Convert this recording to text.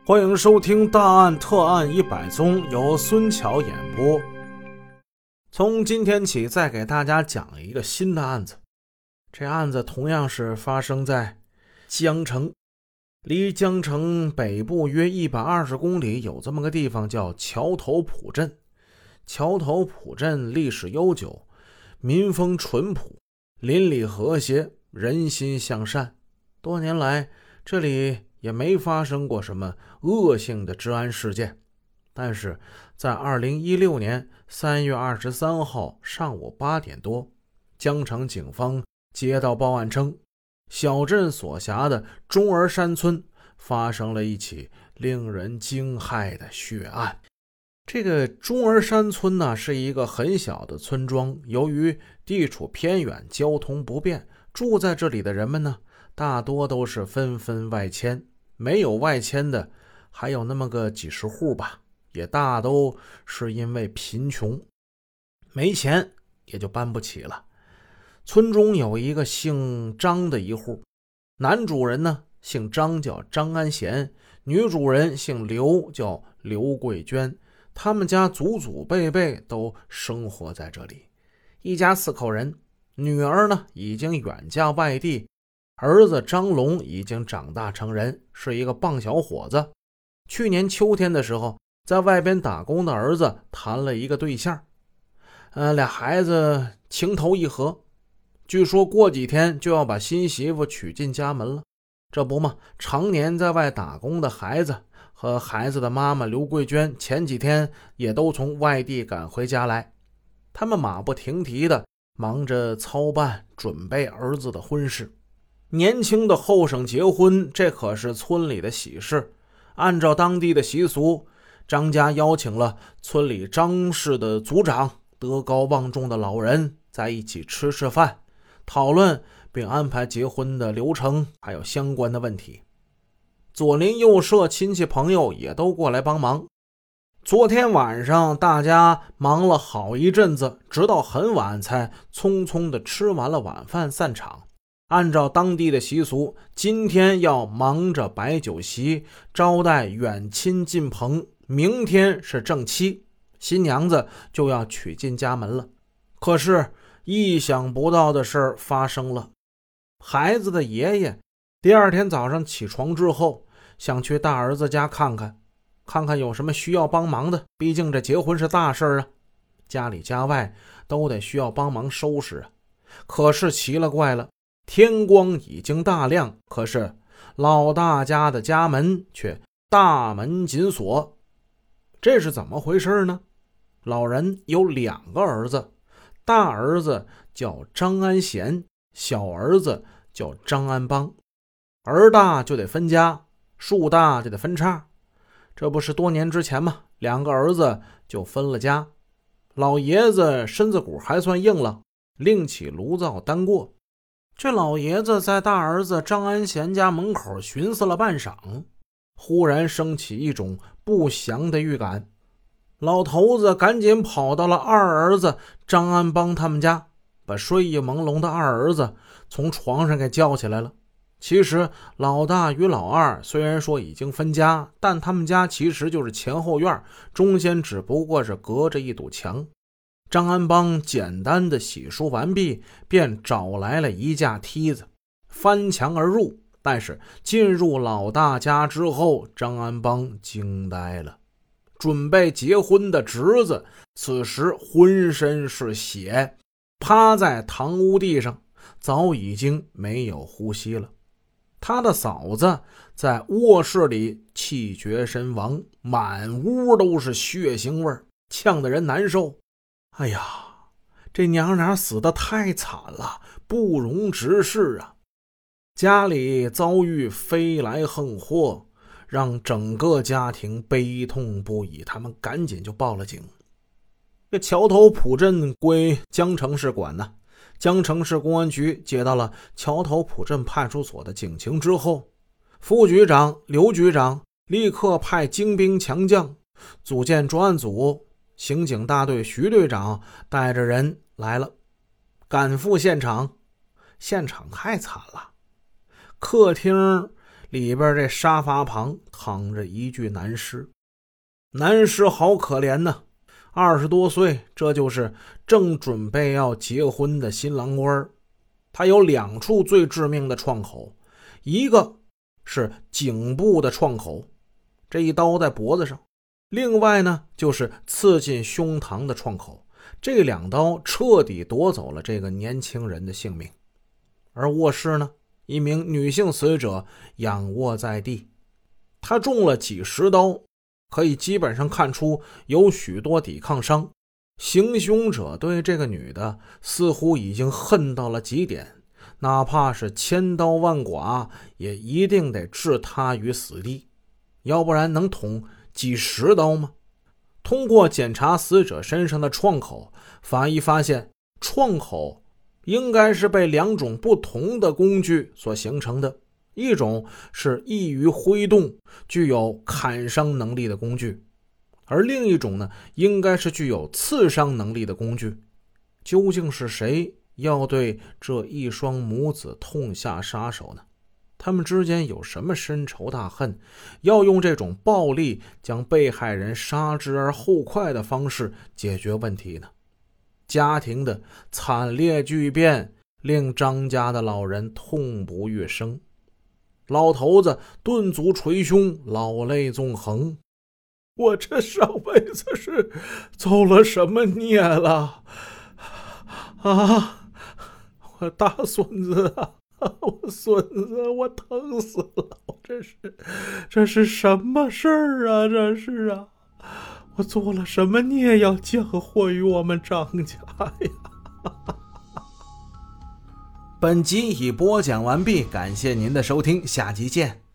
欢迎收听《大案特案100宗》，由孙桥演播。从今天起，再给大家讲一个新的案子。这案子同样是发生在江城，离江城北部约120公里有这么个地方叫桥头堡镇。桥头堡镇历史悠久，民风淳朴，邻里和谐，人心向善。多年来，这里也没发生过什么恶性的治安事件。但是在2016年3月23号上午8点多，江城警方接到报案称，小镇所辖的钟儿山村发生了一起令人惊骇的血案。这个钟儿山村呢，是一个很小的村庄，由于地处偏远，交通不便，住在这里的人们呢，大多都是纷纷外迁，没有外迁的还有那么个几十户吧，也大都是因为贫穷，没钱也就搬不起了。村中有一个姓张的一户，男主人呢姓张，叫张安贤，女主人姓刘，叫刘桂娟。他们家祖祖辈辈都生活在这里，一家4口人。女儿呢已经远嫁外地，儿子张龙已经长大成人，是一个棒小伙子。去年秋天的时候，在外边打工的儿子谈了一个对象，俩孩子情投意合，据说过几天就要把新媳妇娶进家门了。这不嘛，常年在外打工的孩子和孩子的妈妈刘桂娟前几天也都从外地赶回家来，他们马不停蹄的忙着操办准备儿子的婚事。年轻的后生结婚，这可是村里的喜事。按照当地的习俗，张家邀请了村里张氏的族长、德高望重的老人在一起吃饭，讨论并安排结婚的流程，还有相关的问题。左邻右舍亲戚朋友也都过来帮忙。昨天晚上大家忙了好一阵子，直到很晚才匆匆的吃完了晚饭散场。按照当地的习俗，今天要忙着摆酒席，招待远亲近朋，明天是正妻，新娘子就要娶进家门了。可是意想不到的事发生了，孩子的爷爷第二天早上起床之后，想去大儿子家看看有什么需要帮忙的，毕竟这结婚是大事啊，家里家外都得需要帮忙收拾啊。可是奇了怪了，天光已经大亮，可是老大家的家门却大门紧锁。这是怎么回事呢？老人有2个儿子，大儿子叫张安贤，小儿子叫张安邦。儿大就得分家，树大就得分叉。这不是多年之前吗？2个儿子就分了家。老爷子身子骨还算硬朗，另起炉灶单过。这老爷子在大儿子张安贤家门口寻思了半晌，忽然升起一种不祥的预感。老头子赶紧跑到了二儿子张安邦他们家，把睡意朦胧的二儿子从床上给叫起来了。其实老大与老二虽然说已经分家，但他们家其实就是前后院，中间只不过是隔着一堵墙。张安邦简单的洗漱完毕，便找来了一架梯子，翻墙而入。但是进入老大家之后，张安邦惊呆了。准备结婚的侄子此时浑身是血，趴在堂屋地上，早已经没有呼吸了。他的嫂子在卧室里气绝身亡，满屋都是血腥味，呛得人难受。哎呀，这娘俩死得太惨了，不容直视啊！家里遭遇飞来横祸，让整个家庭悲痛不已，他们赶紧就报了警。这桥头堡镇归江城市管呢，江城市公安局接到了桥头堡镇派出所的警情之后，副局长刘局长立刻派精兵强将组建专案组，刑警大队徐队长带着人来了，赶赴现场。现场太惨了，客厅里边这沙发旁躺着一具男尸。男尸好可怜呢，20多岁，这就是正准备要结婚的新郎官。他有2处最致命的创口，一个是颈部的创口，这一刀在脖子上；另外呢，就是刺进胸膛的创口。这2刀彻底夺走了这个年轻人的性命。而卧室呢，一名女性死者仰卧在地，她中了几十刀，可以基本上看出有许多抵抗伤。行凶者对这个女的似乎已经恨到了极点，哪怕是千刀万剐，也一定得置她于死地，要不然能捅几十刀吗？通过检查死者身上的创口，法医发现创口应该是被2种不同的工具所形成的，一种是易于挥动、具有砍伤能力的工具，而另一种呢，应该是具有刺伤能力的工具。究竟是谁要对这一双母子痛下杀手呢？他们之间有什么深仇大恨，要用这种暴力将被害人杀之而后快的方式解决问题呢？家庭的惨烈巨变令张家的老人痛不欲生，老头子顿足捶胸，老泪纵横。我这上辈子是造了什么孽了啊！我大孙子啊，我孙子，我疼死了！我这是什么事儿啊？这是啊，我做了什么孽要降祸于我们张家呀？本集已播讲完毕，感谢您的收听，下集见。